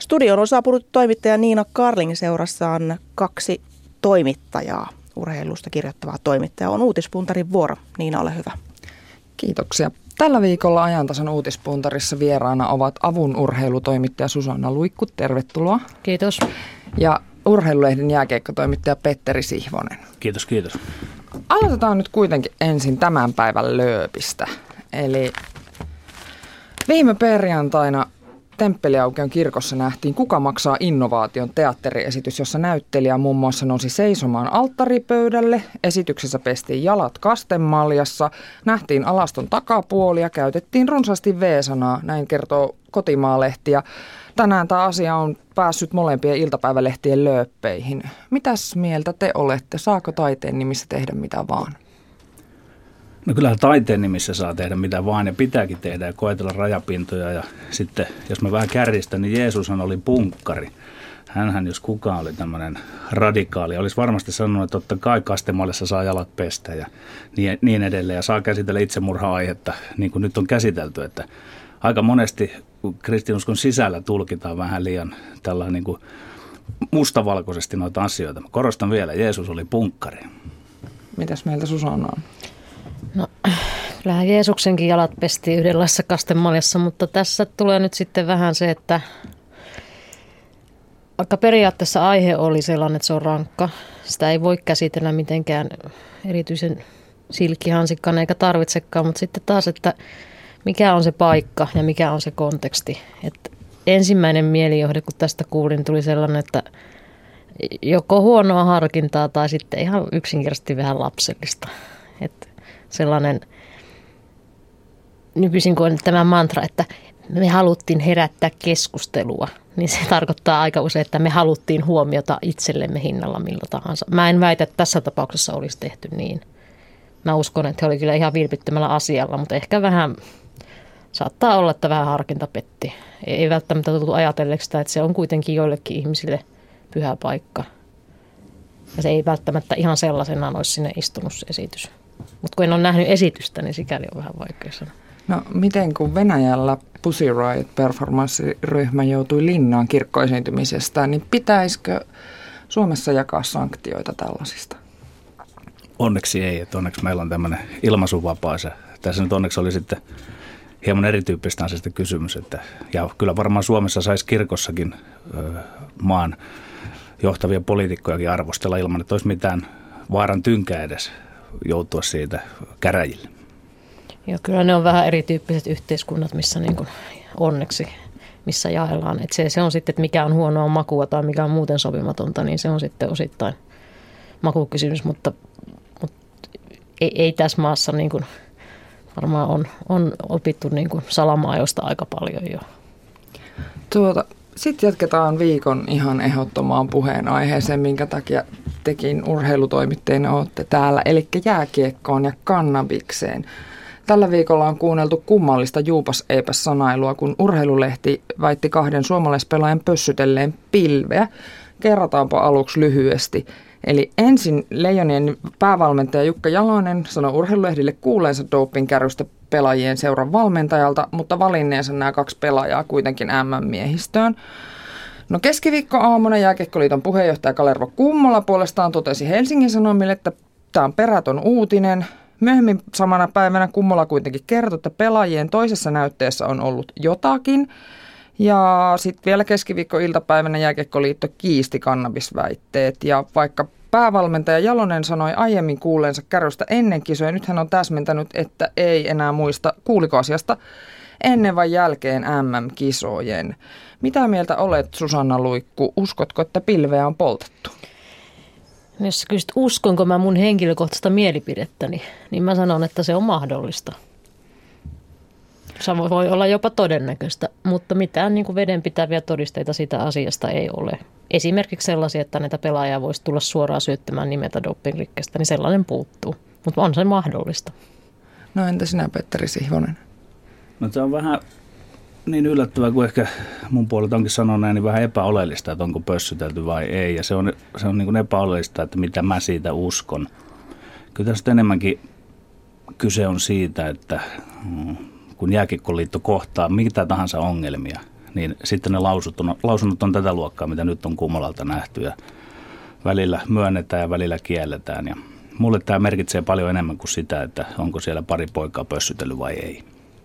Studioon on saapunut toimittaja Niina Karling, seurassaan 2 toimittajaa. Urheilusta kirjoittavaa toimittajaa on Uutispuntarin vuoro. Niina, ole hyvä. Kiitoksia. Tällä viikolla Ajantasan Uutispuntarissa vieraana ovat avun urheilutoimittaja Susanna Luikku. Tervetuloa. Kiitos. Ja Urheilulehden jääkiekkotoimittaja Petteri Sihvonen. Kiitos, kiitos. Aloitetaan nyt kuitenkin ensin tämän päivän lööpistä. Eli viime perjantaina Temppeliaukeon kirkossa nähtiin Kuka maksaa innovaation -teatteriesitys, jossa näyttelijä muun muassa nousi seisomaan alttaripöydälle. Esityksessä pestiin jalat kastemaljassa, nähtiin alaston takapuoli ja käytettiin runsaasti V-sanaa, näin kertoo Kotimaalehti. Ja tänään tämä asia on päässyt molempien iltapäivälehtien lööppeihin. Mitäs mieltä te olette? Saako taiteen nimissä tehdä mitä vaan? No kyllähän taiteen nimissä saa tehdä mitä vaan ja pitääkin tehdä ja koetella rajapintoja. Ja sitten, jos mä vähän kärjistän, niin Jeesushan oli punkkari. Hänhän, jos kukaan, oli tämmöinen radikaali. Olisi varmasti sanonut, että totta kai kastemallissa saa jalat pestä ja niin edelleen. Ja saa käsitellä itsemurha-aihetta, niin kuin nyt on käsitelty. Että aika monesti kristinuskon sisällä tulkitaan vähän liian tällainen niin kuin mustavalkoisesti noita asioita. Mä korostan vielä, Jeesus oli punkkari. Mitäs meiltä Susanna on? No, kyllähän Jeesuksenkin jalat pestiin yhdenlaisessa kastemaljassa, mutta tässä tulee nyt sitten vähän se, että vaikka periaatteessa aihe oli sellainen, että se on rankka, sitä ei voi käsitellä mitenkään erityisen silkkihansikkaan eikä tarvitsekaan, mutta sitten taas, että mikä on se paikka ja mikä on se konteksti. Että ensimmäinen mielijohde, kun tästä kuulin, tuli sellainen, että joko huonoa harkintaa tai sitten ihan yksinkertaisesti vähän lapsellista. Että sellainen, nykyisin kun on tämä mantra, että me haluttiin herättää keskustelua, niin se tarkoittaa aika usein, että me haluttiin huomiota itsellemme hinnalla millä tahansa. Mä en väitä, että tässä tapauksessa olisi tehty niin. Mä uskon, että he oli kyllä ihan vilpittömällä asialla, mutta ehkä vähän saattaa olla, että vähän harkinta petti. Ei välttämättä tullut ajatelleeksi sitä, että se on kuitenkin joillekin ihmisille pyhä paikka. Ja se ei välttämättä ihan sellaisenaan olisi sinne istunut se esitys. Mutta kun en ole nähnyt esitystä, niin sikäli on vähän vaikea sanoa. No miten kun Venäjällä Pussy Riot-performanssiryhmä joutui linnaan kirkkoesiintymisestä, niin pitäisikö Suomessa jakaa sanktioita tällaisista? Onneksi ei, että onneksi meillä on tämmöinen ilmaisuvapaa. Tässä nyt onneksi oli sitten hieman erityyppistä asiasta kysymys. Ja kyllä varmaan Suomessa saisi kirkossakin maan johtavia poliitikkojakin arvostella ilman, että olisi mitään vaaran tynkää edes joutua siitä käräjille. Joo, kyllä ne on vähän erityyppiset yhteiskunnat, missä niin kuin onneksi, missä jaellaan. Että se on sitten, että mikä on huonoa makua tai mikä on muuten sopimatonta, niin se on sitten osittain makukysymys, mutta ei tässä maassa niin kuin varmaan on opittu niin kuin salamaajosta aika paljon jo. Sitten jatketaan viikon ihan ehdottomaan puheenaiheeseen, minkä takia tekin urheilutoimittajina olette täällä, eli jääkiekkoon ja kannabikseen. Tällä viikolla on kuunneltu kummallista juupas-eipäs-sanailua, kun Urheilulehti väitti 2 suomalaispelaajan pössytelleen pilveä. Kerrataanpa aluksi lyhyesti. Eli ensin Leijonien päävalmentaja Jukka Jalonen sanoi Urheilulehdille kuulleensa dopingkärrystä pelaajien seuran valmentajalta, mutta valinneensa nämä 2 pelaajaa kuitenkin MM-miehistöön. No keskiviikkoaamuna Jääkiekkoliiton puheenjohtaja Kalervo Kummola puolestaan totesi Helsingin Sanomille, että tämä on perätön uutinen. Myöhemmin samana päivänä Kummola kuitenkin kertoi, että pelaajien toisessa näytteessä on ollut jotakin. Ja sitten vielä keskiviikkoiltapäivänä Jääkiekkoliitto kiisti kannabisväitteet. Ja vaikka päävalmentaja Jalonen sanoi aiemmin kuulleensa kärrystä ennen kisoja, nyt hän on täsmentänyt, että ei enää muista, kuuliko asiasta ennen vai jälkeen MM-kisojen. Mitä mieltä olet, Susanna Luikku? Uskotko, että pilveä on poltettu? Jos kysyt, uskonko mä mun henkilökohtaista mielipidettäni, niin mä sanon, että se on mahdollista. Se voi olla jopa todennäköistä, mutta mitään niin kuin vedenpitäviä todisteita sitä asiasta ei ole. Esimerkiksi sellaisia, että näitä pelaajia voisi tulla suoraan syöttämään nimetä dopingrikkeestä, niin sellainen puuttuu. Mutta on se mahdollista. No entä sinä, Petteri Sihvonen? No se on vähän niin yllättävää kuin ehkä mun puolelta onkin sanonut näin, niin vähän epäoleellista, että onko pössytelty vai ei. Ja se on niin kuin epäoleellista, että mitä mä siitä uskon. Kyllä tästä enemmänkin kyse on siitä, että kun Jääkiekkoliitto kohtaa mitä tahansa ongelmia, niin sitten ne lausunnot on tätä luokkaa, mitä nyt on Kummolalta nähty ja välillä myönnetään ja välillä kielletään. Ja mulle tämä merkitsee paljon enemmän kuin sitä, että onko siellä pari poikaa pössytellyt vai ei.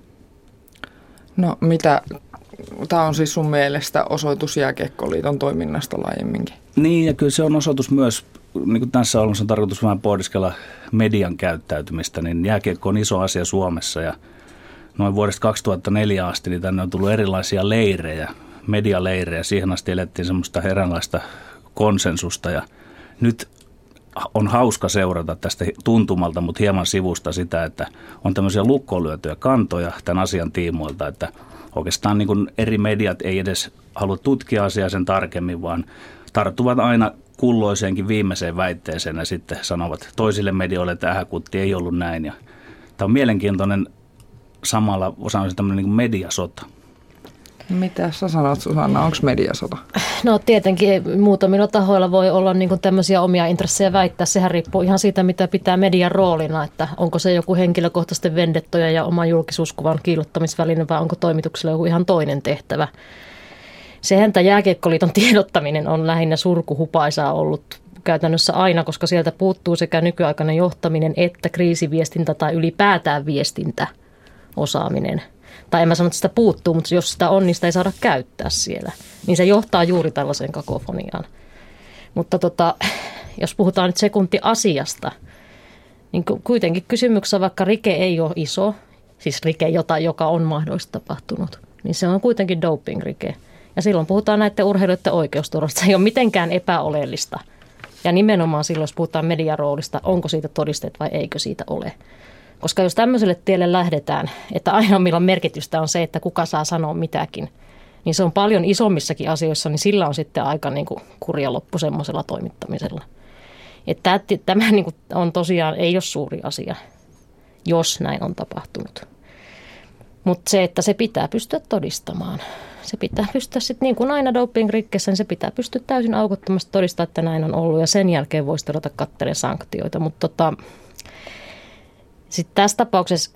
No mitä, tämä on siis sun mielestä osoitus Jääkiekkoliiton toiminnasta laajemminkin? Niin ja kyllä se on osoitus myös, niin kuin tässä on tarkoitus vähän pohdiskella median käyttäytymistä, niin jääkiekko on iso asia Suomessa ja noin vuodesta 2004 asti niin tänne on tullut erilaisia leirejä, medialeirejä. Siihen asti elettiin semmoista eräänlaista konsensusta ja nyt on hauska seurata tästä tuntumalta, mutta hieman sivusta sitä, että on tämmöisiä lukkoon lyötyjä kantoja tämän asian tiimoilta, että oikeastaan niin kuin eri mediat ei edes halua tutkia asiaa sen tarkemmin, vaan tarttuvat aina kulloiseenkin viimeiseen väitteeseen ja sitten sanovat toisille medioille, että ähäkutti ei ollut näin. Ja tämä on mielenkiintoinen samalla sanoisin tämmöinen niin kuin mediasota. Mitä sä sanot, Susanna, onko mediasota? No tietenkin muutamilla tahoilla voi olla niin kuin tämmöisiä omia intressejä väittää. Sehän riippuu ihan siitä, mitä pitää median roolina, että onko se joku henkilökohtaisten vendettoja ja oman julkisuuskuvan kiillottamisväline vai onko toimituksella joku ihan toinen tehtävä. Sehän tämä Jääkiekkoliiton tiedottaminen on lähinnä surkuhupaisaa ollut käytännössä aina, koska sieltä puuttuu sekä nykyaikainen johtaminen että kriisiviestintä tai ylipäätään viestintäosaaminen. Tai en mä sano, että sitä puuttuu, mutta jos sitä on, niin sitä ei saada käyttää siellä. Niin se johtaa juuri tällaiseen kakofoniaan. Mutta jos puhutaan nyt sekunti asiasta, niin kuitenkin kysymyksessä, vaikka rike ei ole iso, siis rike, joka on mahdollisesti tapahtunut, niin se on kuitenkin doping-rike. Ja silloin puhutaan näiden urheilijoiden oikeusturvasta. Se ei ole mitenkään epäoleellista. Ja nimenomaan silloin, jos puhutaan median roolista, onko siitä todisteet vai eikö siitä ole. Koska jos tämmöiselle tielle lähdetään, että ainoa milloin merkitystä on se, että kuka saa sanoa mitäkin, niin se on paljon isommissakin asioissa, niin sillä on sitten aika niin kuin kurja loppu semmoisella toimittamisella. Että tämä niin kuin on tosiaan, ei ole suuri asia, jos näin on tapahtunut. Mutta se, että se pitää pystyä todistamaan. Se pitää pystyä sitten, niin kuin aina doping-rikkeissä, niin se pitää pystyä täysin aukottomasti todistamaan, että näin on ollut. Ja sen jälkeen voisi ruveta katselemaan sanktioita. Mutta sitten tässä tapauksessa,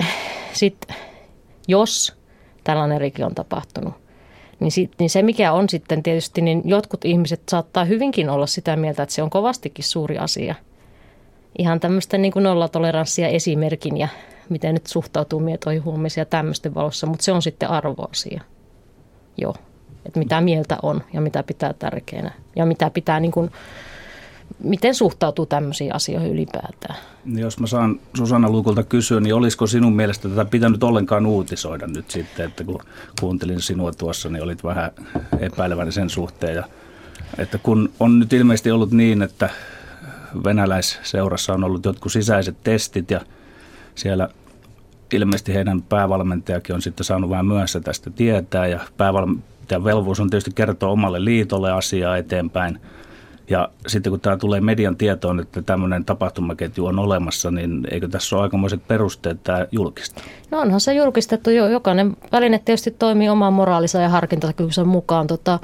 jos tällainen rike on tapahtunut, niin se mikä on sitten tietysti, niin jotkut ihmiset saattaa hyvinkin olla sitä mieltä, että se on kovastikin suuri asia. Ihan tämmöisten niin kuin nollatoleranssia esimerkin ja miten nyt suhtautuu mietoihin huomisiin ja tämmöisten valossa, mutta se on sitten arvoasia. Joo, että mitä mieltä on ja mitä pitää tärkeänä ja mitä pitää niin kuin, miten suhtautuu tämmöisiin asioihin ylipäätään? Jos mä saan Susanna Luukolta kysyä, niin olisiko sinun mielestä tätä pitänyt ollenkaan uutisoida nyt sitten, että kun kuuntelin sinua tuossa, niin olit vähän epäileväinen sen suhteen. Ja, että kun on nyt ilmeisesti ollut niin, että venäläisseurassa on ollut jotkut sisäiset testit ja siellä ilmeisesti heidän päävalmentajakin on sitten saanut vähän myöhässä tästä tietää ja päävalmentajan velvollisuus on tietysti kertoa omalle liitolle asiaa eteenpäin. Ja sitten kun tämä tulee median tietoon, että tämmöinen tapahtumaketju on olemassa, niin eikö tässä ole aikamoiset perusteet tämä julkistaa? No onhan se julkistettu jo. Jokainen väline tietysti toimii oman moraalisen ja harkintakykynsä mukaan.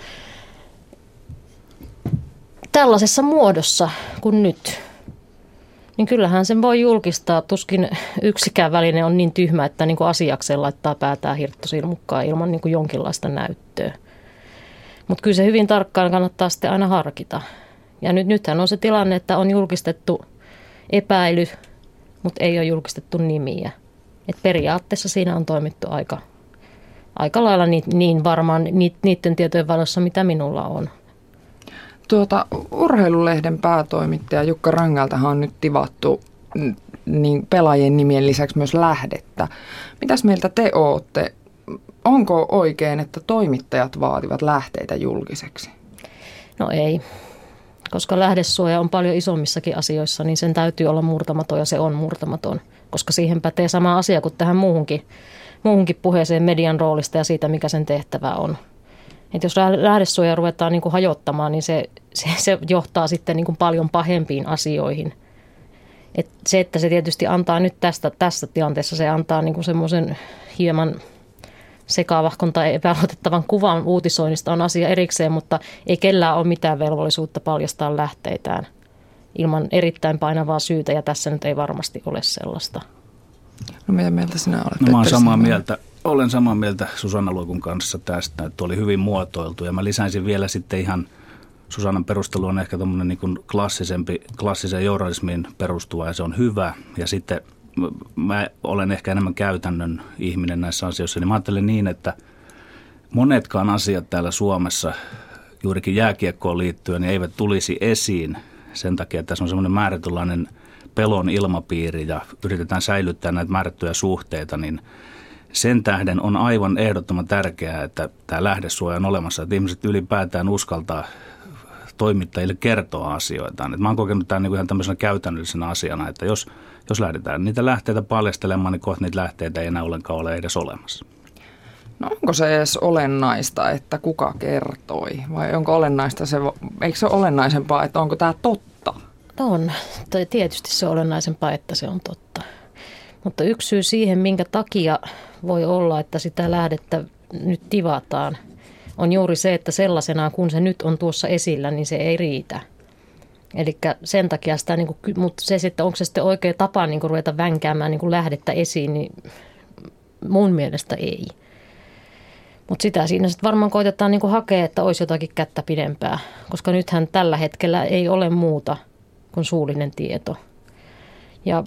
Tällaisessa muodossa kuin nyt, niin kyllähän sen voi julkistaa. Tuskin yksikään väline on niin tyhmä, että niin kuin asiakseen laittaa päätään hirttosilmukkaan ilman niin kuin jonkinlaista näyttöä. Mutta kyllä se hyvin tarkkaan kannattaa sitten aina harkita. Ja nythän on se tilanne, että on julkistettu epäily, mutta ei ole julkistettu nimiä. Et periaatteessa siinä on toimittu aika lailla niin varmaan niiden tietojen valossa, mitä minulla on. Urheilulehden päätoimittaja Jukka Rangaltahan on nyt tivattu niin pelaajien nimien lisäksi myös lähdettä. Mitäs mieltä te ootte? Onko oikein, että toimittajat vaativat lähteitä julkiseksi? No ei, koska lähdesuoja on paljon isommissakin asioissa, niin sen täytyy olla murtamaton ja se on murtamaton. Koska siihen pätee sama asia kuin tähän muuhunkin puheeseen median roolista ja siitä, mikä sen tehtävä on. Et jos lähdesuoja ruvetaan niin kuin hajottamaan, niin se johtaa sitten niin kuin paljon pahempiin asioihin. Että se tietysti antaa nyt tässä tilanteessa, se antaa niin kuin semmoisen hieman sekaavahkon tai epäluotettavan kuvan uutisoinnista on asia erikseen, mutta ei kellään ole mitään velvollisuutta paljastaa lähteitään ilman erittäin painavaa syytä, ja tässä nyt ei varmasti ole sellaista. No mitä mieltä sinä olet? No, mä oon samaa mieltä. olen samaa mieltä Susanna Luikun kanssa tästä, että oli hyvin muotoiltu. Ja mä lisäisin vielä sitten ihan, Susannan perustelu on ehkä tämmöinen niin kuin klassiseen journalismiin perustuva ja se on hyvä. Ja sitten mä olen ehkä enemmän käytännön ihminen näissä asioissa, niin mä ajattelen niin, että monetkaan asiat täällä Suomessa juurikin jääkiekkoon liittyen niin eivät tulisi esiin sen takia, että tässä on semmoinen määrätynlainen pelon ilmapiiri ja yritetään säilyttää näitä määrättyjä suhteita, niin sen tähden on aivan ehdottoman tärkeää, että tämä lähdesuoja on olemassa, että ihmiset ylipäätään uskaltaa toimittajille kertoa asioitaan. Et mä oon kokenut tämän ihan tämmöisenä käytännöllisenä asiana, että jos lähdetään niitä lähteitä paljastelemaan, niin kohta niitä lähteitä ei enää ollenkaan ole edes olemassa. No onko se edes olennaista, että kuka kertoi? Vai onko olennaista se, eikö se ole olennaisempaa, että onko tämä totta? On. Tietysti se on olennaisempaa, että se on totta. Mutta yksi syy siihen, minkä takia voi olla, että sitä lähdettä nyt tivataan, on juuri se, että sellaisenaan kun se nyt on tuossa esillä, niin se ei riitä. Eli sen takia sitä, mutta se sitten, onko se sitten oikea tapa ruveta vänkäämään lähdettä esiin, niin mun mielestä ei. Mutta sitä siinä sitten varmaan koitetaan hakea, että olisi jotakin kättä pidempää, koska nythän tällä hetkellä ei ole muuta kuin suullinen tieto. Ja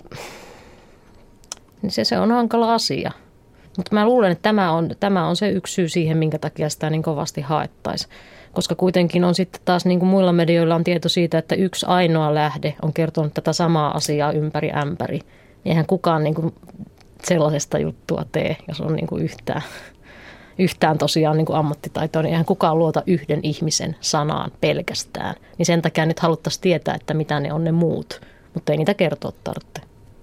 se on hankala asia. Mutta mä luulen, että tämä on se yksi syy siihen, minkä takia sitä niin kovasti haettaisiin. Koska kuitenkin on sitten taas niin kuin muilla medioilla on tieto siitä, että yksi ainoa lähde on kertonut tätä samaa asiaa ympäri ämpäri. Eihän kukaan niin kuin sellaisesta juttua tee, jos on niin kuin yhtään tosiaan niin kuin ammattitaitoa, niin eihän kukaan luota yhden ihmisen sanaan pelkästään. Niin sen takia nyt haluttaisiin tietää, että mitä ne on ne muut, mutta ei niitä kertoa tarvitse.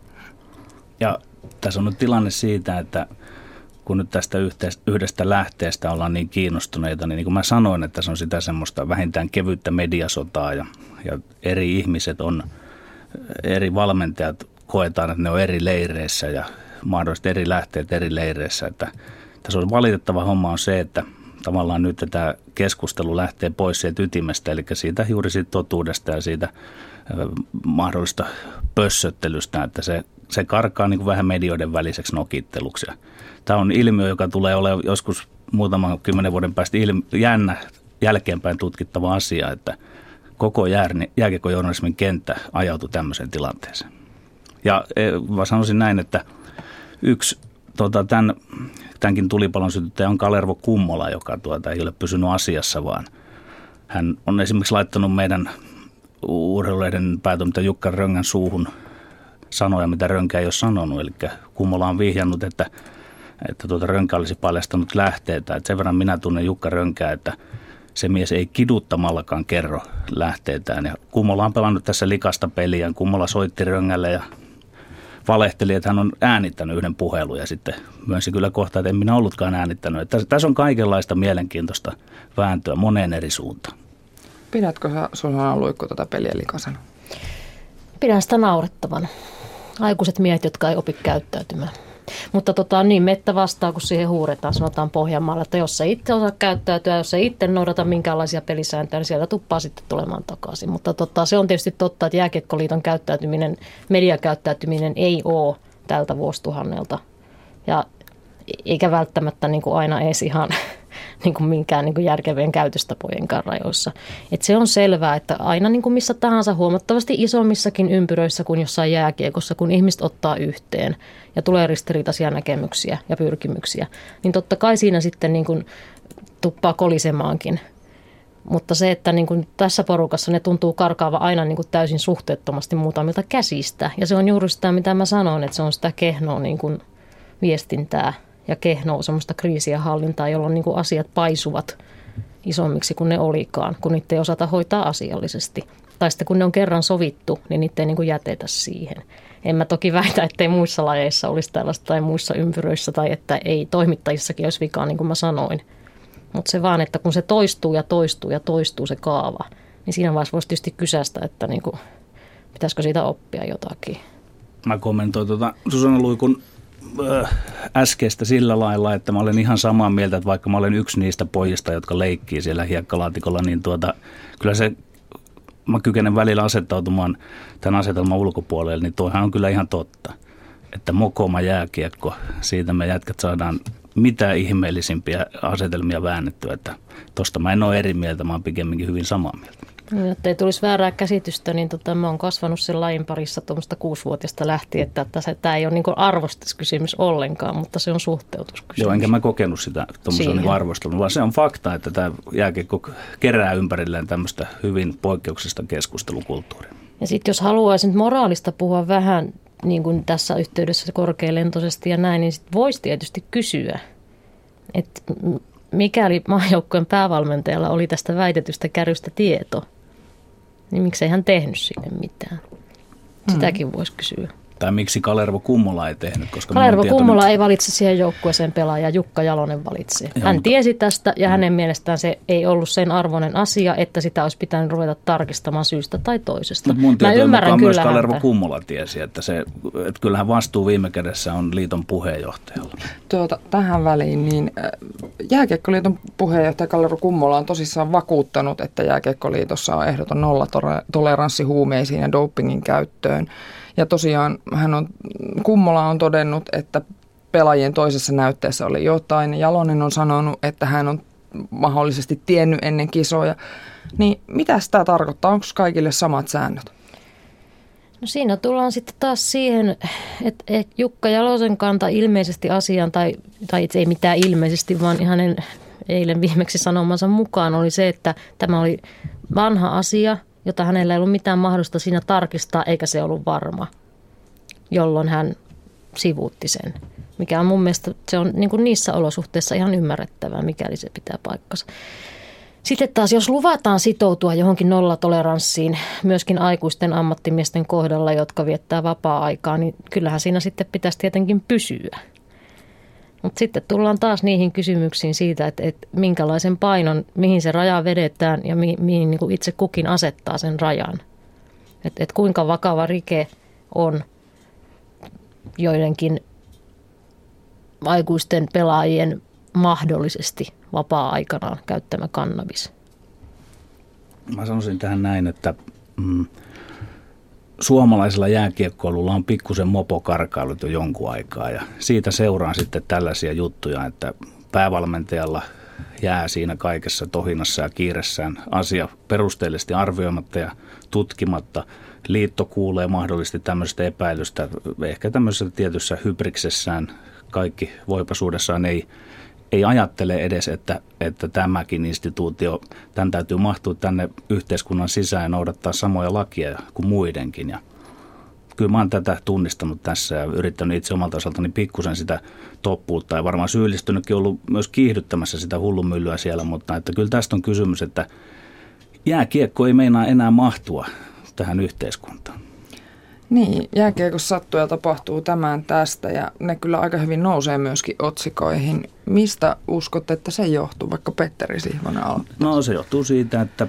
Ja tässä on nyt tilanne siitä, että kun nyt tästä yhdestä lähteestä ollaan niin kiinnostuneita, niin kuin mä sanoin, että se on sitä semmoista vähintään kevyttä mediasotaa ja eri ihmiset on, eri valmentajat koetaan, että ne on eri leireissä ja mahdollisesti eri lähteet eri leireissä. Että tässä on valitettava homma on se, että tavallaan nyt tämä keskustelu lähtee pois sieltä ytimestä, eli juuri siitä totuudesta ja siitä mahdollista pössöttelystä, että se karkaa niin kuin vähän medioiden väliseksi nokitteluksi. Tämä on ilmiö, joka tulee olemaan joskus muutaman 10 vuoden päästä jännä jälkeenpäin tutkittava asia, että koko jääkiekkojournalismin kenttä ajautui tämmöiseen tilanteeseen. Ja mä sanoisin näin, että yksi tämänkin tulipalon sytyttäjä on Kalervo Kummola, joka ei ole pysynyt asiassa, vaan hän on esimerkiksi laittanut meidän urheilulehden päätoimittaja Jukka Röngän suuhun sanoja, mitä Rönkä ei ole sanonut. Eli Kummola on vihjannut, että Rönkä olisi paljastanut lähteitä. Että sen verran minä tunnen Jukka Rönkää, että se mies ei kiduttamallakaan kerro lähteetään. Ja Kummola on pelannut tässä likasta peliä. Kummola soitti Röngälle ja valehteli, että hän on äänittänyt yhden puhelun ja sitten myönsi kyllä kohta, että en minä ollutkaan äänittänyt. Että tässä on kaikenlaista mielenkiintoista vääntöä moneen eri suuntaan. Pidätkö Susanna Luikko tätä peliä likasena? Pidän sitä naurettavana. Aikuiset miehet, jotka ei opi käyttäytymään. Mutta niin mettä vastaa, kun siihen huuretaan, sanotaan Pohjanmaalla, että jos ei itse osaa käyttäytyä, jos ei itse noudata minkäänlaisia pelisääntöjä, niin sieltä tuppaa sitten tulemaan takaisin. Mutta se on tietysti totta, että Jääkiekkoliiton käyttäytyminen, mediakäyttäytyminen ei ole tältä vuosituhannelta. Ja eikä välttämättä niin kuin aina edes ihan niin kuin minkään niin kuin järkevien käytöstapojenkaan rajoissa. Et se on selvää, että aina niin kuin missä tahansa huomattavasti isommissakin ympyröissä kuin jossain jääkiekossa, kun ihmiset ottaa yhteen ja tulee ristiriitaisia näkemyksiä ja pyrkimyksiä, niin totta kai siinä sitten niin kuin tuppaa kolisemaankin. Mutta se, että niin kuin tässä porukassa ne tuntuu karkaava aina niin kuin täysin suhteettomasti muutamilta käsistä. Ja se on juuri sitä, mitä mä sanon, että se on sitä kehnoa niin kuin viestintää ja kehnoa semmoista kriisiä hallintaa, jolloin niin kuin asiat paisuvat isommiksi kuin ne olikaan, kun niitä ei osata hoitaa asiallisesti. Tai sitten kun ne on kerran sovittu, niin niitä ei niin kuin jätetä siihen. En mä toki väitä, ettei muissa lajeissa olisi tällaista tai muissa ympyröissä tai että ei toimittajissakin olisi vikaa, niin kuin mä sanoin. Mutta se vaan, että kun se toistuu ja toistuu ja toistuu se kaava, niin siinä vaiheessa voisi tietysti kysästä, että niin kuin, pitäisikö siitä oppia jotakin. Mä kommentoin Susanna Luikun äskeistä sillä lailla, että mä olen ihan samaa mieltä, että vaikka mä olen yksi niistä pojista, jotka leikkii siellä hiekkalaatikolla, niin kyllä se, mä kykenen välillä asettautumaan tämän asetelman ulkopuolelle, niin toihan on kyllä ihan totta, että mokoma jääkiekko, siitä me jätkät saadaan mitään ihmeellisimpiä asetelmia väännetty, että tosta mä en ole eri mieltä, mä oon pikemminkin hyvin samaa mieltä. Jotta ei tulisi väärää käsitystä, niin mä oon kasvanut sen lajin parissa tuommoista 6-vuotiaasta lähtien, että tämä ei ole niin arvostuskysymys ollenkaan, mutta se on suhteutuskysymys. Joo, enkä mä kokenut sitä tuommoisen niin arvostelun, vaan se on fakta, että tämä jääkiekko kerää ympärilleen tämmöistä hyvin poikkeuksista keskustelukulttuuria. Ja sitten jos haluaisin moraalista puhua vähän niin kuin tässä yhteydessä korkealentoisesti ja näin, niin sit voisi tietysti kysyä, että mikäli maajoukkueen päävalmentajalla oli tästä väitetystä kärystä tieto, niin miksei hän tehnyt sille mitään? Sitäkin voisi kysyä. Tai miksi Kalervo Kummola ei tehnyt? Koska Kalervo Kummola ei valitse siihen joukkueeseen pelaajaa, Jukka Jalonen valitsi. Hän tiesi tästä ja hänen mielestään se ei ollut sen arvoinen asia, että sitä olisi pitänyt ruveta tarkistamaan syystä tai toisesta. Mutta mun tietojen mukaan myös Kalervo Kummola tiesi, että kyllähän vastuu viime kädessä on liiton puheenjohtajalla. Tähän väliin, niin Jääkiekkoliiton puheenjohtaja Kalervo Kummola on tosissaan vakuuttanut, että Jääkiekkoliitossa on ehdoton nollatoleranssi huumeisiin ja dopingin käyttöön. Ja tosiaan Kummola on todennut, että pelaajien toisessa näytteessä oli jotain. Jalonen on sanonut, että hän on mahdollisesti tiennyt ennen kisoja. Niin mitä tämä tarkoittaa? Onko kaikille samat säännöt? No siinä tullaan sitten taas siihen, että Jukka Jalosen kanta ilmeisesti asiaan, tai ei mitään ilmeisesti, vaan ihan eilen viimeksi sanomansa mukaan oli se, että tämä oli vanha asia, jota hänellä ei ollut mitään mahdollista siinä tarkistaa, eikä se ollut varma, jolloin hän sivuutti sen. Mikä on mun mielestä, se on niin kuin niissä olosuhteissa ihan ymmärrettävää, mikäli se pitää paikkansa. Sitten taas, jos luvataan sitoutua johonkin nollatoleranssiin myöskin aikuisten ammattimiesten kohdalla, jotka viettää vapaa-aikaa, niin kyllähän siinä sitten pitäisi tietenkin pysyä. Mutta sitten tullaan taas niihin kysymyksiin siitä, että minkälaisen painon, mihin se raja vedetään ja mihin niin kuin itse kukin asettaa sen rajan. Että kuinka vakava rike on joidenkin aikuisten pelaajien mahdollisesti vapaa-aikanaan käyttämä kannabis. Mä sanoisin tähän näin, että suomalaisella jääkiekkoilulla on pikkusen mopokarkailut jo jonkun aikaa ja siitä seuraan sitten tällaisia juttuja, että päävalmentajalla jää siinä kaikessa tohinassa ja kiiressään asia perusteellisesti arvioimatta ja tutkimatta. Liitto kuulee mahdollisesti tämmöistä epäilystä, ehkä tämmöisessä tietyssä hybriksessään kaikki voipaisuudessaan ei ajattele edes, että tämäkin instituutio, tämän täytyy mahtua tänne yhteiskunnan sisään ja noudattaa samoja lakia kuin muidenkin. Ja kyllä mä oon tätä tunnistanut tässä ja yrittänyt itse omalta osaltani pikkusen sitä toppuutta ja varmaan syyllistynytkin ollut myös kiihdyttämässä sitä hullunmyllyä siellä, mutta että kyllä tästä on kysymys, että jääkiekko ei meinaa enää mahtua tähän yhteiskuntaan. Niin, jääkiekossa sattuu ja tapahtuu tämän tästä ja ne kyllä aika hyvin nousee myöskin otsikoihin. Mistä uskot, että se johtuu, vaikka Petteri Sihvonen aloittaa? No se johtuu siitä, että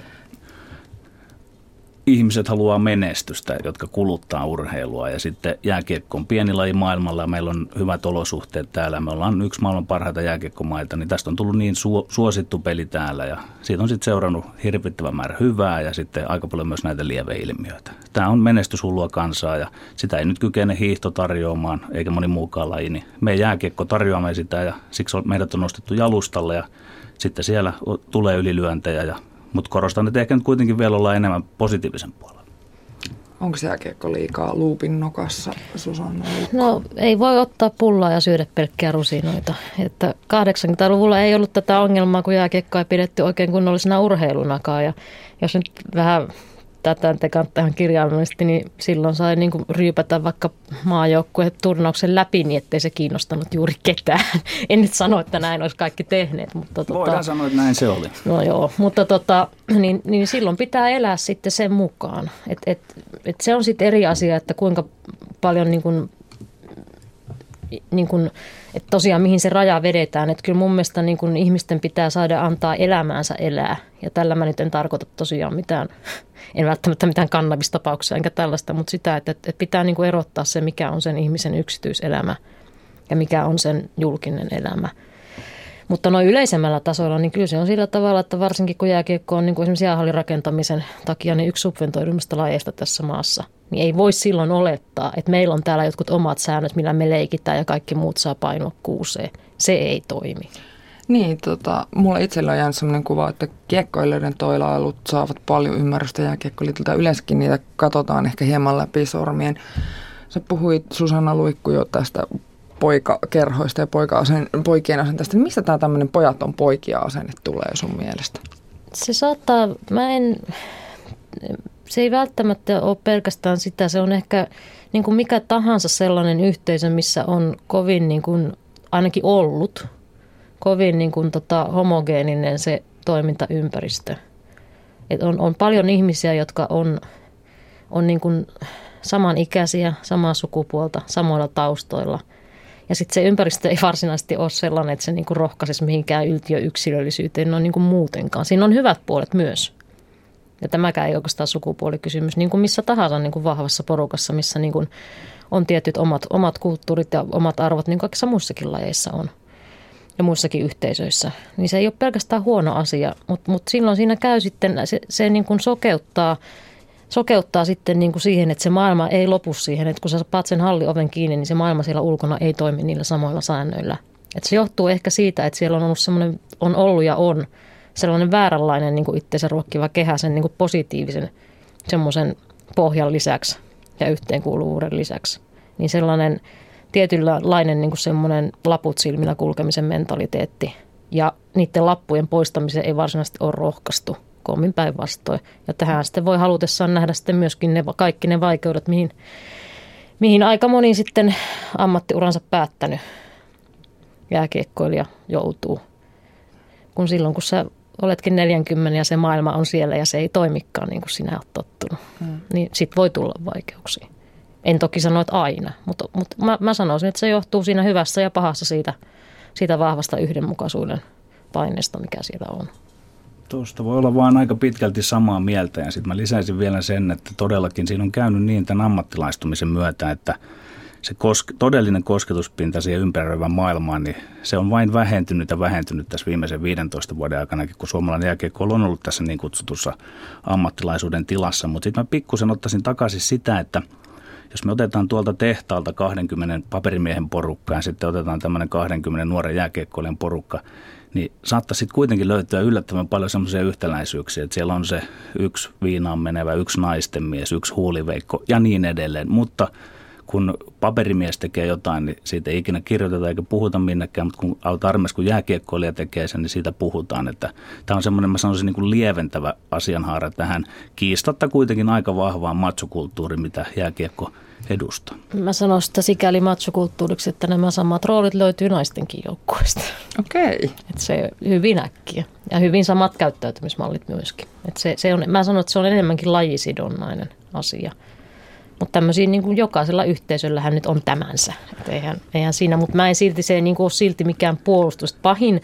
ihmiset haluaa menestystä, jotka kuluttaa urheilua ja sitten jääkiekko on pieni laji maailmalla ja meillä on hyvät olosuhteet täällä. Me ollaan yksi maailman parhaita jääkiekkomaita, niin tästä on tullut niin suosittu peli täällä ja siitä on sitten seurannut hirvittävän määrä hyvää ja sitten aika paljon myös näitä lieveilmiöitä. Tämä on menestyshullua kansaa ja sitä ei nyt kykene hiihto tarjoamaan eikä moni muukaan laji, niin me jääkiekko tarjoamme sitä ja siksi meidät on nostettu jalustalle ja sitten siellä tulee ylilyöntejä mutta korostan, että ehkä nyt kuitenkin vielä ollaan enemmän positiivisen puolella. Onko jääkiekko liikaa luupin nokassa, Susanna? No ei voi ottaa pullaa ja syödä pelkkiä rusinoita. Että 80-luvulla ei ollut tätä ongelmaa, kun jääkiekkoa ei pidetty oikein kunnollisena urheilunakaan. Ja jos nyt vähän tätä tekaan tähän kirjaimellisesti, niin silloin sai niin kuin ryypätä vaikka maajoukkueen turnauksen läpi, niin ettei se kiinnostanut juuri ketään. En nyt sano, että näin olisi kaikki tehneet. Mutta voidaan sanoa, että näin se oli. No joo, mutta niin silloin pitää elää sitten sen mukaan. Et se on sitten eri asia, että kuinka paljon että tosiaan mihin se raja vedetään. Että kyllä mun mielestä niin kuin ihmisten pitää saada antaa elämäänsä elää. Ja tällä mä nyt en tarkoita tosiaan mitään, en välttämättä mitään kannabistapauksia enkä tällaista, mutta sitä, että pitää niin kuin erottaa se, mikä on sen ihmisen yksityiselämä ja mikä on sen julkinen elämä. Mutta noin yleisemmällä tasolla, niin kyllä se on sillä tavalla, että varsinkin kun jääkiekko on niin kuin esimerkiksi jäähallirakentamisen takia niin yksi subventoidummista lajeista tässä maassa, niin ei voi silloin olettaa, että meillä on täällä jotkut omat säännöt, millä me leikitään ja kaikki muut saa painua kuuseen. se ei toimi. Niin, mulla itsellä on jäänyt sellainen kuva, että kiekkoilijoiden toilailut saavat paljon ymmärrystä jääkiekkoliitolta. Yleensäkin niitä katsotaan ehkä hieman läpi sormien. Sä puhuit, Susanna Luikku, jo tästä poikakerhoista ja poikien asenteesta. Mistä tämä tämmöinen pojat on poikia asenne tulee sun mielestä? Se saattaa, se ei välttämättä ole pelkästään sitä, se on ehkä niin kuin mikä tahansa sellainen yhteisö, missä on kovin niin kuin, ainakin ollut, kovin niin kuin homogeeninen se toimintaympäristö. Et on paljon ihmisiä, jotka on niin kuin samanikäisiä, samaa sukupuolta, samoilla taustoilla. Ja sitten se ympäristö ei varsinaisesti ole sellainen, että se niin kuin rohkaisisi mihinkään yltiöyksilöllisyyteen no niin kuin muutenkaan. Siinä on hyvät puolet myös. Ja tämäkään ei oikeastaan sukupuolikysymys, niin kuin missä tahansa niin kuin vahvassa porukassa, missä niin kuin on tietyt omat kulttuurit ja omat arvot, niin kuin kaikissa muissakin lajeissa on ja muissakin yhteisöissä. Niin se ei ole pelkästään huono asia, mutta silloin siinä käy sitten, se niin kuin sokeuttaa sitten niin kuin siihen, että se maailma ei lopu siihen, että kun sä paat sen hallioven kiinni, niin se maailma siellä ulkona ei toimi niillä samoilla säännöillä. Että se johtuu ehkä siitä, että siellä on ollut semmoinen, on ollut ja on sellainen vääränlainen niin kuin itseensä ruokkiva kehä sen niin kuin positiivisen semmoisen pohjan lisäksi ja yhteenkuuluvuuden lisäksi. Niin sellainen tietynlainen niin kuin semmoinen laput silmillä kulkemisen mentaliteetti ja niiden lappujen poistamiseen ei varsinaisesti ole rohkaistu. Koomin päinvastoin. Ja tähän sitten voi halutessaan nähdä sitten myöskin kaikki ne vaikeudet, mihin aika moni sitten ammattiuransa päättänyt jääkiekkoilija joutuu. Kun silloin, kun sä oletkin 40 ja se maailma on siellä ja se ei toimikaan niin kuin sinä olet tottunut, niin sit voi tulla vaikeuksia. En toki sano, että aina, mutta mä sanoisin, että se johtuu siinä hyvässä ja pahassa siitä vahvasta yhdenmukaisuuden paineesta, mikä siellä on. Tuosta voi olla vaan aika pitkälti samaa mieltä ja sitten mä lisäisin vielä sen, että todellakin siinä on käynyt niin tämän ammattilaistumisen myötä, että se todellinen kosketuspinta siihen ympäröivään maailmaan, niin se on vain vähentynyt tässä viimeisen 15 vuoden aikana, kun suomalainen jääkiekko on ollut tässä niin kutsutussa ammattilaisuuden tilassa. Mutta sitten mä pikkusen ottaisin takaisin sitä, että jos me otetaan tuolta tehtaalta 20 paperimiehen porukkaa ja sitten otetaan tämmöinen 20 nuoren jääkiekkoilijan porukka, niin saattaisi sitten kuitenkin löytyä yllättävän paljon semmoisia yhtäläisyyksiä, että siellä on se yksi viinaan menevä, yksi naisten mies, yksi huuliveikko ja niin edelleen. Mutta kun paperimies tekee jotain, niin siitä ei ikinä kirjoiteta eikä puhuta minnekään, mutta kun armeijassa kun jääkiekkoilija tekee sen, niin siitä puhutaan. Että tämä on semmoinen, mä sanoisin, niin kuin lieventävä asianhaara tähän kiistatta kuitenkin aika vahvaan machokulttuuriin, mitä jääkiekko edustaa. Mä sanon sitä sikäli machokulttuuriksi, että nämä samat roolit löytyy naistenkin joukkueesta. Okei. Että se hyvin äkkiä ja hyvin samat käyttäytymismallit myöskin. Että se on, mä sanon, että se on enemmänkin lajisidonnainen asia. Mutta tämmöisiä niin kuin jokaisella yhteisöllähän nyt on tämänsä. Eihän siinä, mutta mä en silti, se ei niin kuin ole silti mikään puolustus. Pahin,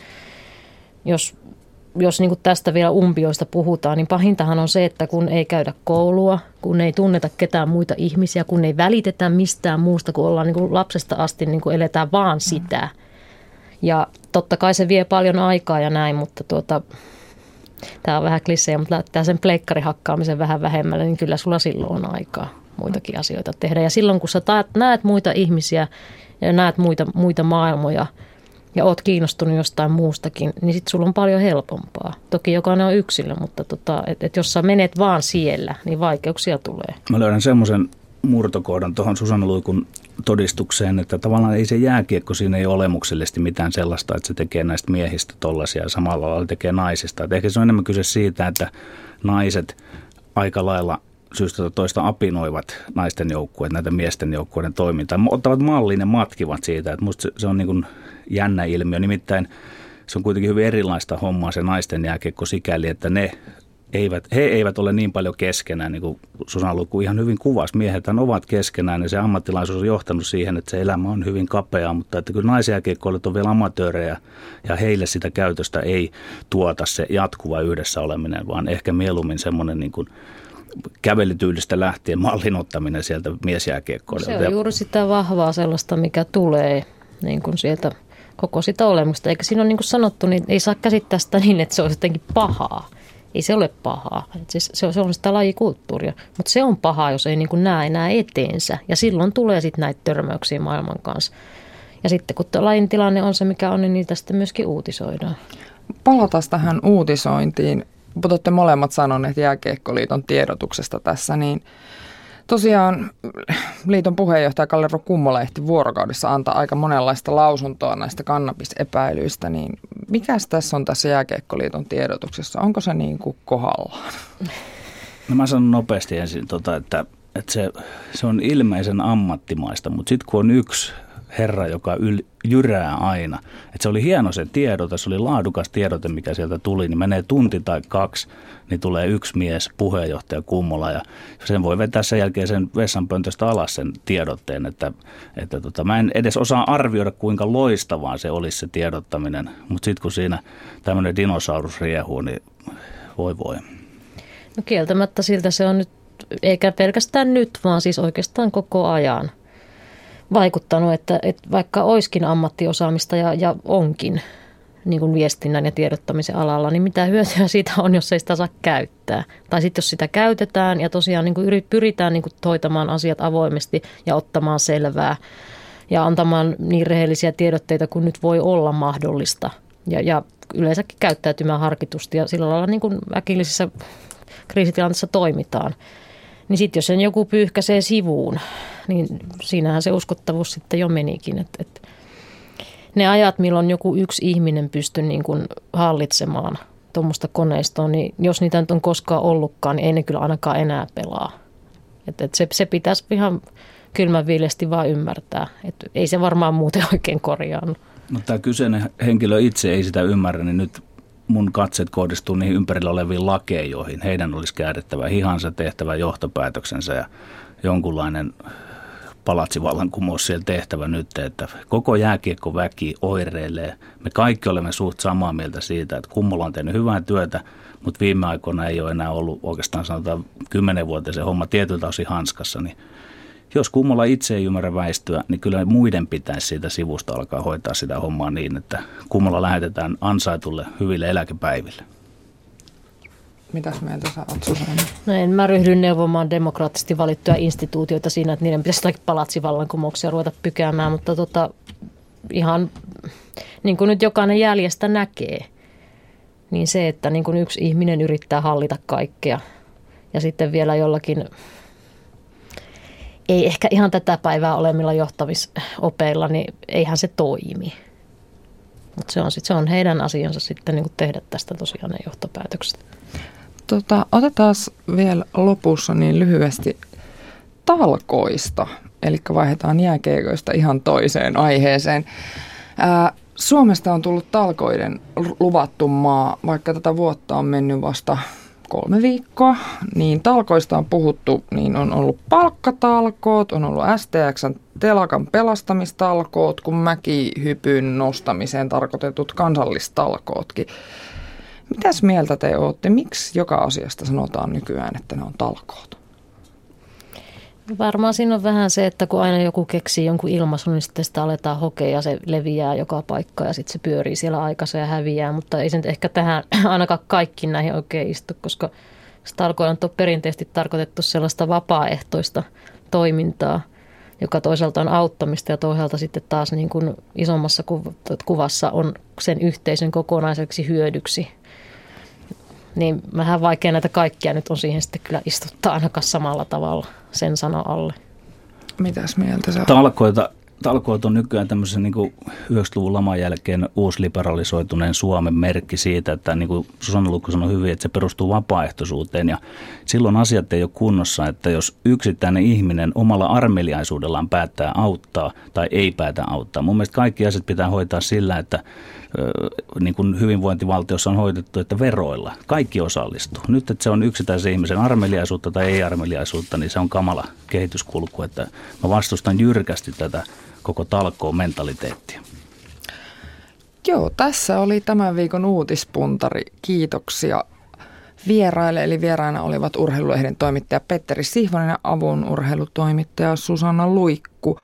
jos niin kuin tästä vielä umpioista puhutaan, niin pahintahan on se, että kun ei käydä koulua, kun ei tunneta ketään muita ihmisiä, kun ei välitetä mistään muusta, kun ollaan niin kuin lapsesta asti niin kuin eletään vaan sitä. Ja totta kai se vie paljon aikaa ja näin, mutta tämä on vähän klisseä, mutta laittaa sen pleikkarihakkaamisen vähän vähemmälle, niin kyllä sulla silloin on aikaa muitakin asioita tehdä. Ja silloin, kun sä näet muita ihmisiä ja näet muita maailmoja ja oot kiinnostunut jostain muustakin, niin sit sulla on paljon helpompaa. Toki jokainen on yksilö, mutta et jos sä menet vaan siellä, niin vaikeuksia tulee. Mä löydän semmoisen murtokohdan tuohon Susanna Luikun todistukseen, että tavallaan ei se jääkiekko, siinä ei ole olemuksellisesti mitään sellaista, että se tekee näistä miehistä tollaisia ja samalla lailla tekee naisista. Et ehkä se on enemmän kyse siitä, että naiset aika lailla syystä toista apinoivat naisten joukkueet, näitä miesten joukkueiden toimintaa. Ottavat malliin ja matkivat siitä, että musta se on niin kuin jännä ilmiö. Nimittäin se on kuitenkin hyvin erilaista hommaa se naisten jääkiekko sikäli, että he eivät ole niin paljon keskenään, niin kuin Susanna Luikku ihan hyvin kuvasi. Miehethän ovat keskenään ja se ammattilaisuus on johtanut siihen, että se elämä on hyvin kapeaa, mutta että kyllä naisjääkiekkoilijat on vielä amatöörejä ja heille sitä käytöstä ei tuota se jatkuva yhdessä oleminen, vaan ehkä mieluummin semmoinen niin kuin kävelytyylistä lähtien mallin ottaminen sieltä miesjääkiekkoilta. Se on juuri sitä vahvaa sellaista, mikä tulee niin kuin sieltä koko sitä olemusta. Eikä siinä ole niin kuin sanottu, niin ei saa käsittää sitä niin, että se olisi jotenkin pahaa. Ei se ole pahaa. Siis se on sitä lajikulttuuria. Mutta se on pahaa, jos ei niin kuin näe enää eteensä. Ja silloin tulee sitten näitä törmäyksiä maailman kanssa. Ja sitten kun lajin tilanne on se, mikä on, niin niitä sitten myöskin uutisoidaan. Palataan tähän uutisointiin. Te olette molemmat sanoneet Jääkiekkoliiton tiedotuksesta tässä, niin tosiaan liiton puheenjohtaja Kalle Kummola ehti vuorokaudessa antaa aika monenlaista lausuntoa näistä kannabisepäilyistä, niin mikäs tässä on tässä Jääkiekkoliiton tiedotuksessa? Onko se niin kuin kohdallaan? No mä sanon nopeasti ensin, että se on ilmeisen ammattimaista, mutta sitten kun on yksi herra, joka jyrää aina, että se oli hieno se tiedote, se oli laadukas tiedote, mikä sieltä tuli, niin menee tunti tai 2, niin tulee yksi mies, puheenjohtaja Kummola, ja sen voi vetää sen jälkeen sen vessanpöntöstä alas sen tiedotteen, että mä en edes osaa arvioida, kuinka loistavaa se olisi se tiedottaminen, mutta sitten kun siinä tämmöinen dinosaurus riehuu, niin voi. No kieltämättä siltä se on nyt, eikä pelkästään nyt, vaan siis oikeastaan koko ajan vaikuttanut, että vaikka olisikin ammattiosaamista ja onkin niin kuin viestinnän ja tiedottamisen alalla, niin mitä hyötyä siitä on, jos ei sitä saa käyttää. Tai sitten jos sitä käytetään ja tosiaan niin kuin pyritään niin kuin hoitamaan asiat avoimesti ja ottamaan selvää ja antamaan niin rehellisiä tiedotteita kuin nyt voi olla mahdollista. Ja yleensäkin käyttäytymään harkitusti ja sillä lailla niin kuin äkillisissä kriisitilanteessa toimitaan. Niin sitten jos sen joku pyyhkäisee sivuun, niin siinähän se uskottavuus sitten jo menikin. Et ne ajat, milloin joku yksi ihminen pystyy niin kuin hallitsemaan tuommoista koneistoa, niin jos niitä nyt on koskaan ollutkaan, niin ei ne kyllä ainakaan enää pelaa. Se pitäisi ihan kylmänviileästi vaan ymmärtää. Ei se varmaan muuten oikein korjaannu. No tämä kyseinen henkilö itse ei sitä ymmärrä, niin nyt mun katseet kohdistuu niihin ympärillä oleviin lakeihin, joihin heidän olisi käädettävä hihansa, tehtävä johtopäätöksensä ja jonkunlainen palatsivallankumous siellä tehtävä nyt, että koko jääkiekkoväki oireilee. Me kaikki olemme suht samaa mieltä siitä, että Kummola on tehnyt hyvää työtä, mutta viime aikoina ei ole enää ollut oikeastaan sanotaan 10-vuotisen homma tietyltä osin hanskassa, niin jos Kummola itse ei ymmärrä väistyä, niin kyllä muiden pitäisi siitä sivusta alkaa hoitaa sitä hommaa niin, että Kummola lähetetään ansaitulle hyville eläkepäiville. Mitäs mieltä sä oot, Susanna? No en mä ryhdy neuvomaan demokraattisesti valittuja instituutioita siinä, että niiden pitäisi jotakin palatsivallankumouksia ruveta pykäämään, mutta ihan niin kuin nyt jokainen jäljestä näkee, niin se, että niin kuin yksi ihminen yrittää hallita kaikkea ja sitten vielä jollakin ei ehkä ihan tätä päivää olemilla johtamisopeilla, niin eihän se toimi. Mutta se on heidän asiansa sitten niin kuin tehdä tästä tosiaan ne johtopäätökset. Otetaan vielä lopussa niin lyhyesti talkoista, eli vaihdetaan jääkiekoista ihan toiseen aiheeseen. Suomesta on tullut talkoiden luvattu maa, vaikka tätä vuotta on mennyt vasta 3 viikkoa, niin talkoista on puhuttu, niin on ollut palkkatalkoot, on ollut STX:n telakan pelastamistalkoot, kuin mäkihypyn nostamiseen tarkoitetut kansallistalkootkin. Mitäs mieltä te olette? Miksi joka asiasta sanotaan nykyään, että ne on talkoot? Varmaan siinä on vähän se, että kun aina joku keksii jonkun ilmaisun, niin sitten sitä aletaan hokea ja se leviää joka paikkaan ja sitten se pyörii siellä aikansa ja häviää. Mutta ei se nyt ehkä tähän ainakaan kaikki näihin oikein istu, koska talkoilla on perinteisesti tarkoitettu sellaista vapaaehtoista toimintaa, joka toisaalta on auttamista ja toisaalta sitten taas niin kuin isommassa kuvassa on sen yhteisön kokonaiseksi hyödyksi. Niin vähän vaikea näitä kaikkia nyt on siihen sitten kyllä istuttaa ainakaan samalla tavalla sen sana alle. Mitäs mieltä sä? Talkoot on nykyään tämmöisen niin kuin 90-luvun laman jälkeen uusliberalisoituneen Suomen merkki siitä, että niin kuin Susanna Lukko sanoi hyvin, että se perustuu vapaaehtoisuuteen ja silloin asiat ei ole kunnossa, että jos yksittäinen ihminen omalla armeliaisuudellaan päättää auttaa tai ei päätä auttaa. Mun mielestä kaikki asiat pitää hoitaa sillä, että niin kuin hyvinvointivaltiossa on hoidettu, että veroilla kaikki osallistuu. Nyt, että se on yksittäisen ihmisen armeliaisuutta tai ei-armeliaisuutta, niin se on kamala kehityskulku, että mä vastustan jyrkästi tätä koko talkoon mentaliteettia. Joo, tässä oli tämän viikon uutispuntari. Kiitoksia vieraille. Eli vieraina olivat Urheilulehden toimittaja Petteri Sihvonen ja avun urheilutoimittaja Susanna Luikku.